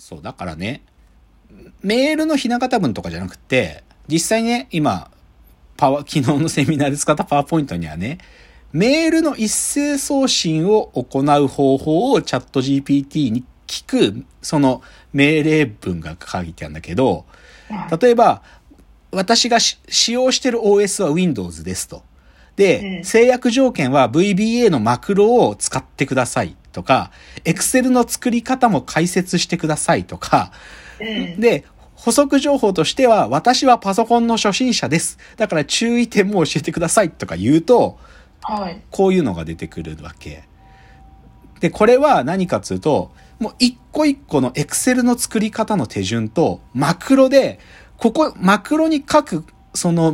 そう、だからね、メールのひな形文とかじゃなくて、実際ね、今、昨日のセミナーで使ったパワーポイントにはね、メールの一斉送信を行う方法をチャット GPT に聞く、その命令文が書いてあるんだけど、例えば、私が使用している OS は Windows ですと。で、制約条件は VBA のマクロを使ってくださいとか、Excel の作り方も解説してくださいとか、で、補足情報としては、私はパソコンの初心者です。だから注意点も教えてくださいとか言うと、こういうのが出てくるわけ。で、これは何かっていうと、もう一個一個の Excel の作り方の手順と、マクロで、マクロに書く、その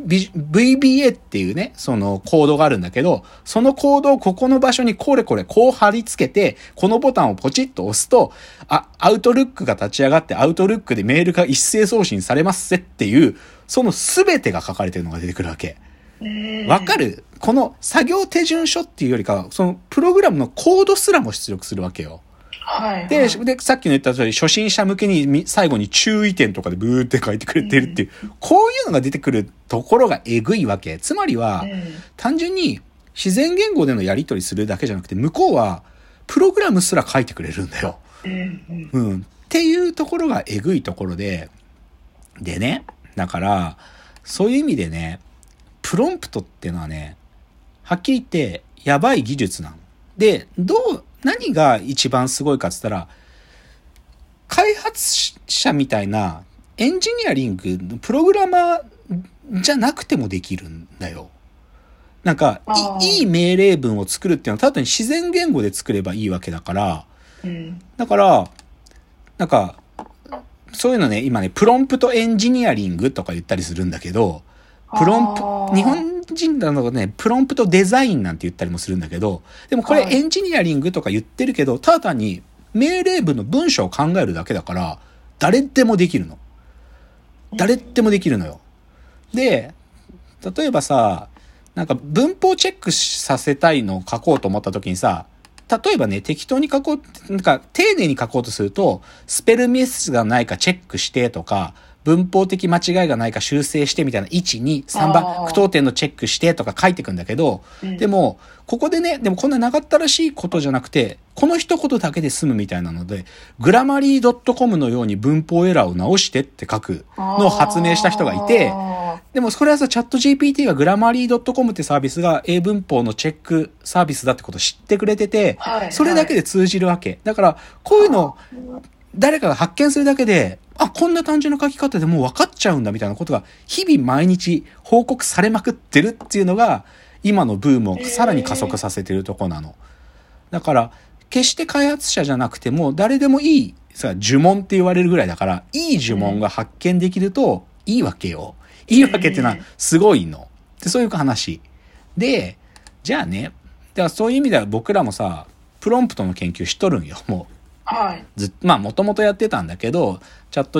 VBA っていうね、そのコードがあるんだけど、そのコードをここの場所にこう貼り付けて、このボタンをポチッと押すと、アウトルックが立ち上がって、アウトルックでメールが一斉送信されますぜっていう、その全てが書かれてるのが出てくるわけ。わかる？この作業手順書っていうよりかは、そのプログラムのコードすらも出力するわけよ。で、さっきの言った通り、初心者向けに最後に注意点とかでブーって書いてくれてるっていう、こういうのが出てくるところがえぐいわけ。つまりは、単純に自然言語でのやり取りするだけじゃなくて、向こうはプログラムすら書いてくれるんだよ。っていうところがえぐいところで、でね、だから、そういう意味でね、プロンプトっていうのはね、はっきり言ってやばい技術なの。で、何が一番すごいかって言ったら、開発者みたいなエンジニアリングのプログラマーじゃなくてもできるんだよ。なんか、いい命令文を作るっていうのは、ただに自然言語で作ればいいわけだから、だから、なんか、そういうのね、今ね、プロンプトエンジニアリングとか言ったりするんだけど、日本人なのがね、プロンプトデザインなんて言ったりもするんだけど、でもこれエンジニアリングとか言ってるけど、ただ単に命令文の文章を考えるだけだから、誰でもできるの。誰でもできるのよ。で、例えばさ、なんか文法チェックさせたいのを書こうと思った時にさ、例えばね、適当に書こう、なんか丁寧に書こうとすると、スペルミスがないかチェックしてとか、文法的間違いがないか修正してみたいな1、2、3番句読点のチェックしてとか書いてくんだけど、でも、ここでね、でもこんな長ったらしいことじゃなくて、この一言だけで済むみたいなので、グラマリー .com のように文法エラーを直してって書くのを発明した人がいて、でもそれはさ、チャット GPT がグラマリー .com ってサービスが英文法のチェックサービスだってことを知ってくれてて、それだけで通じるわけ。だから、こういうの、誰かが発見するだけで、こんな単純な書き方でもう分かっちゃうんだみたいなことが日々毎日報告されまくってるっていうのが今のブームをさらに加速させてるとこなの。だから決して開発者じゃなくても誰でもいいさ呪文って言われるぐらいだからいい呪文が発見できるといいわけよ。いいわけっていうのはすごいの。でそういう話。で、じゃあね、ではそういう意味では僕らもさ、プロンプトの研究しとるんよ、もう。もともとやってたんだけど、チャット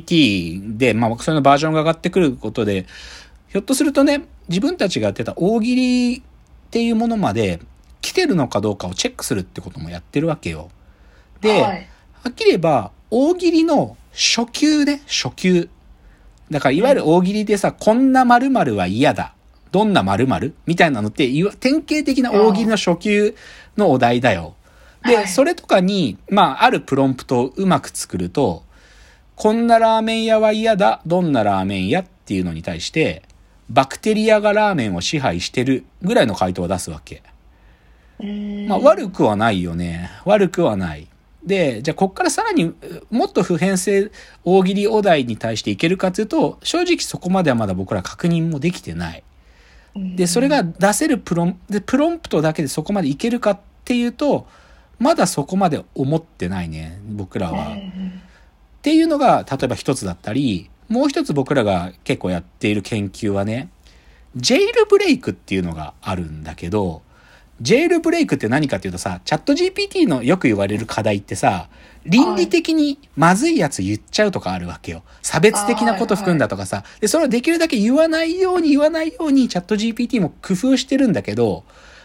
GPT で、それのバージョンが上がってくることで、ひょっとするとね、自分たちがやってた大喜利っていうものまで来てるのかどうかをチェックするってこともやってるわけよ。で、はっきり言えば、大喜利の初級ね、初級。だからいわゆる大喜利でさ、こんな〇〇は嫌だ。どんな〇〇みたいなのって、典型的な大喜利の初級のお題だよ。で、それとかに、あるプロンプトをうまく作ると、こんなラーメン屋は嫌だ、どんなラーメン屋っていうのに対して、バクテリアがラーメンを支配してるぐらいの回答を出すわけ。悪くはないよね。悪くはない。で、じゃあこっからさらにもっと普遍性大喜利お題に対していけるかというと、正直そこまではまだ僕ら確認もできてない。で、それが出せるプロンプトだけでそこまでいけるかっていうと、まだそこまで思ってないね、僕らは。っていうのが、例えば一つだったり、もう一つ僕らが結構やっている研究はね、ジェイルブレイクっていうのがあるんだけど、ジェイルブレイクって何かっていうとさ、チャット GPT のよく言われる課題ってさ、倫理的にまずいやつ言っちゃうとかあるわけよ。差別的なこと含んだとかさ。で、それをできるだけ言わないようにチャット GPT も工夫してるんだけど、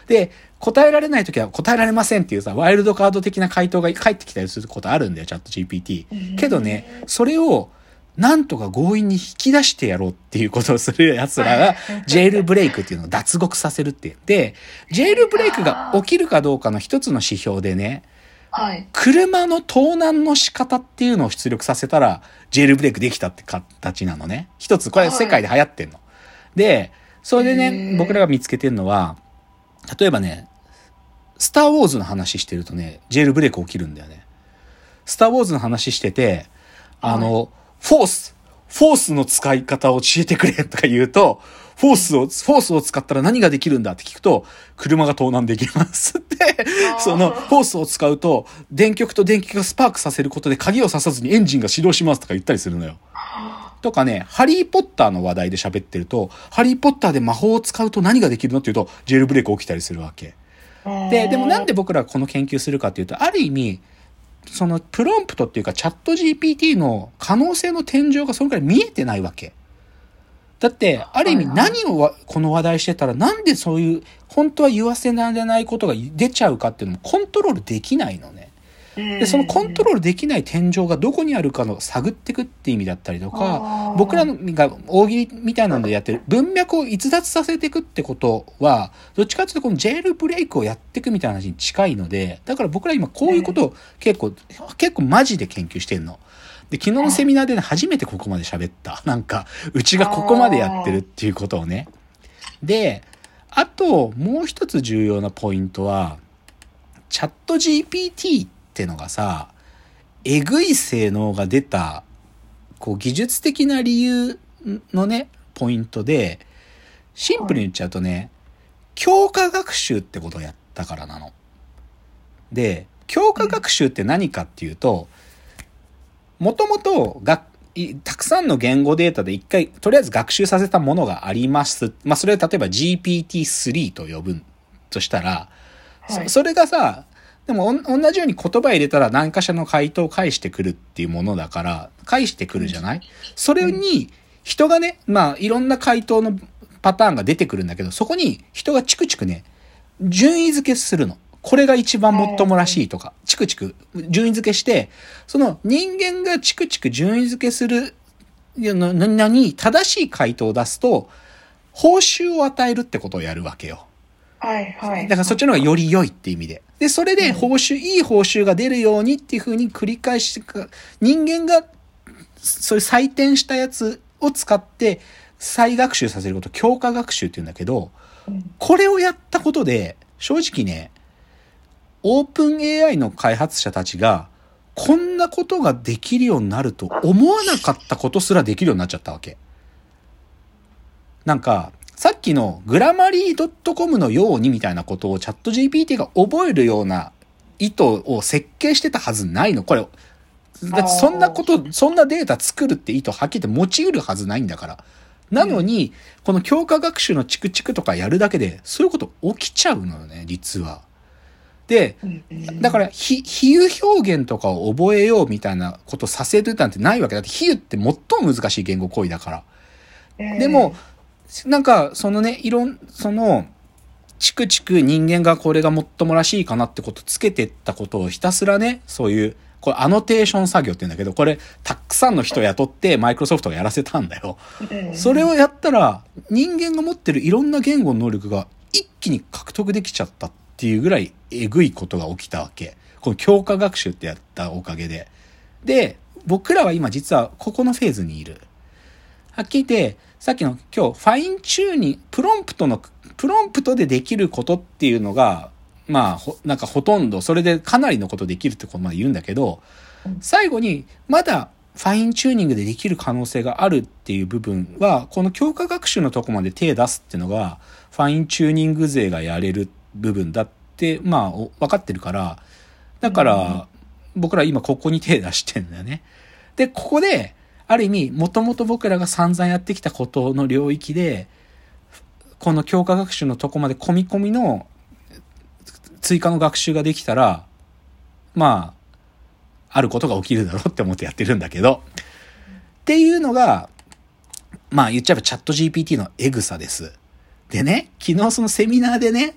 で、答えられないときは答えられませんっていうさ、ワイルドカード的な回答が返ってきたりすることあるんだよ、チャット GPT。けどね、それをなんとか強引に引き出してやろうっていうことをする奴らが、ジェイルブレイクっていうのを脱獄させるっていう。で、ジェイルブレイクが起きるかどうかの一つの指標でね、 はい。 車の盗難の仕方っていうのを出力させたら、ジェイルブレイクできたって形なのね。一つ、これ世界で流行ってんの。で、それでね、僕らが見つけてるのは、例えばね、スターウォーズの話してるとね、ジェイルブレイク起きるんだよね。スターウォーズの話してて、フォースの使い方を教えてくれとか言うと、フォースを使ったら何ができるんだって聞くと、車が盗難できますって、その、フォースを使うと、電極と電気がスパークさせることで鍵を刺さずにエンジンが始動しますとか言ったりするのよ。とかね、ハリーポッターの話題で喋ってると、ハリーポッターで魔法を使うと何ができるのって言うと、ジェイルブレイク起きたりするわけ。でもなんで僕らがこの研究するかっていうと、ある意味、そのプロンプトっていうかチャット GPT の可能性の天井がそれくらい見えてないわけ。だって、ある意味何をこの話題してたらなんでそういう本当は言わせられないことが出ちゃうかっていうのもコントロールできないのね。で、そのコントロールできない天井がどこにあるかのを探っていくっていう意味だったりとか、僕らが大喜利みたいなのでやってる文脈を逸脱させていくってことは、どっちかっていうとこのジェイルブレイクをやっていくみたいな話に近いので、だから僕ら今こういうことを結構マジで研究してるの。で、昨日のセミナーでね、初めてここまで喋った。なんか、うちがここまでやってるっていうことをね。で、あと、もう一つ重要なポイントは、チャット GPT ってのがさ、えぐい性能が出た、こう技術的な理由のね、ポイントで、シンプルに言っちゃうとね、強化学習ってことをやったからなの。で、強化学習って何かっていうと、もともとたくさんの言語データで一回、とりあえず学習させたものがあります。まあ、それを例えば GPT-3 と呼ぶとしたら、はい、それがさ、でも同じように言葉入れたら何かしらの回答を返してくるっていうものだから、返してくるじゃない？それに人がね、まあいろんな回答のパターンが出てくるんだけど、そこに人がチクチクね、順位付けするの。これが一番もっともらしいとか、チクチク順位付けして、その人間がチクチク順位付けするのに正しい回答を出すと、報酬を与えるってことをやるわけよ。 はいはい。 だからそっちの方がより良いって意味で。で、それでいい報酬が出るようにっていう風に繰り返して、人間がそういう採点したやつを使って再学習させることを強化学習って言うんだけど、これをやったことで、正直ね、オープン AI の開発者たちが、こんなことができるようになると思わなかったことすらできるようになっちゃったわけ。なんか、さっきのグラマリー .com のようにみたいなことをチャット GPT が覚えるような意図を設計してたはずないの。これ、だってそんなデータ作るって意図はっきり言って持ち得るはずないんだから。なのに、この強化学習のチクチクとかやるだけで、そういうこと起きちゃうのよね、実は。で、だから比喩表現とかを覚えようみたいなことさせるなんてないわけだって、比喩って最も難しい言語行為だから。でも、なんか、そのね、チクチク人間がこれがもっともらしいかなってことつけてったことをひたすらね、そういう、これアノテーション作業って言うんだけど、これたくさんの人雇ってマイクロソフトがやらせたんだよ。それをやったら、人間が持ってるいろんな言語の能力が一気に獲得できちゃったっていうぐらいえぐいことが起きたわけ。この強化学習ってやったおかげで。で、僕らは今実はここのフェーズにいる。はっきり言って、さっきの今日ファインチューニング、プロンプトでできることっていうのが、まあ、なんかほとんどそれでかなりのことできるってことまで言うんだけど、最後にまだファインチューニングでできる可能性があるっていう部分は、この強化学習のとこまで手出すっていうのが、ファインチューニング勢がやれる部分だって、まあ、分かってるから、だから、僕ら今ここに手出してんだよね。で、ここで、ある意味、もともと僕らが散々やってきたことの領域で、この強化学習のとこまで込み込みの追加の学習ができたら、まあ、あることが起きるだろうって思ってやってるんだけど、っていうのが、まあ言っちゃえばチャット GPT のエグさです。でね、昨日そのセミナーでね、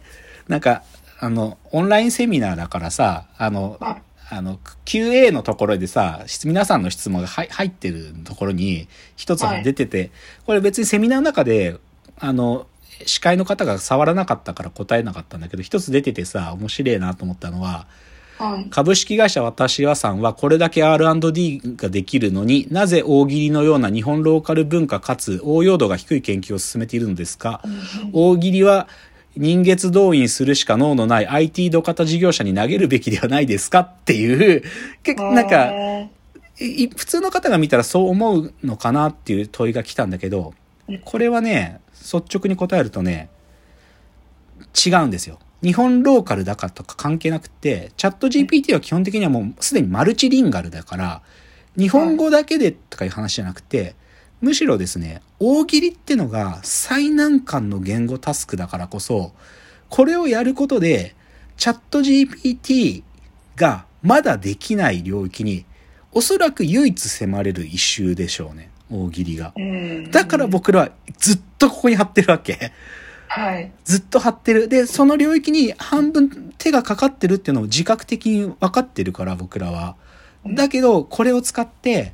なんか、オンラインセミナーだからさ、QA のところでさ、皆さんの質問が入ってるところに一つ出てて、これ別にセミナーの中で、司会の方が触らなかったから答えなかったんだけど、一つ出ててさ、面白いなと思ったのは、株式会社私はさんはこれだけ R&D ができるのになぜ大喜利のような日本ローカル文化かつ応用度が低い研究を進めているのですか？大喜利は人月動員するしか能のない IT 土方事業者に投げるべきではないですかっていう、なんか普通の方が見たらそう思うのかなっていう問いが来たんだけど、これはね率直に答えるとね違うんですよ。日本ローカルだからとか関係なくて、チャット GPT は基本的にはもうすでにマルチリンガルだから、日本語だけでとかいう話じゃなくて、むしろですね、大喜利ってのが最難関の言語タスクだからこそ、これをやることで、チャット GPT がまだできない領域に、おそらく唯一迫れる一周でしょうね、大喜利が。だから僕らはずっとここに貼ってるわけ。 はい。 ずっと張ってる。で、その領域に半分手がかかってるっていうのを自覚的に分かってるから僕らは。だけど、これを使って、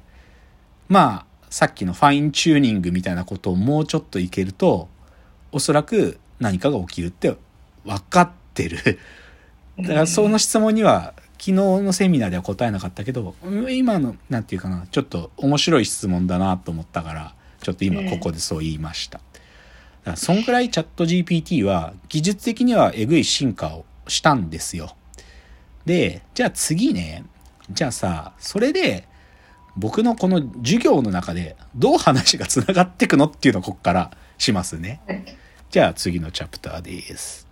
まあ、さっきのファインチューニングみたいなことをもうちょっといけると、おそらく何かが起きるって分かってる。だからその質問には、昨日のセミナーでは答えなかったけど、今の、なんていうかな、ちょっと面白い質問だなと思ったから、ちょっと今ここでそう言いました。だからそんくらいチャット GPT は技術的にはえぐい進化をしたんですよ。で、じゃあ次ね、じゃあさ、それで僕のこの授業の中でどう話がつながっていくのっていうのをここからしますね。じゃあ次のチャプターです。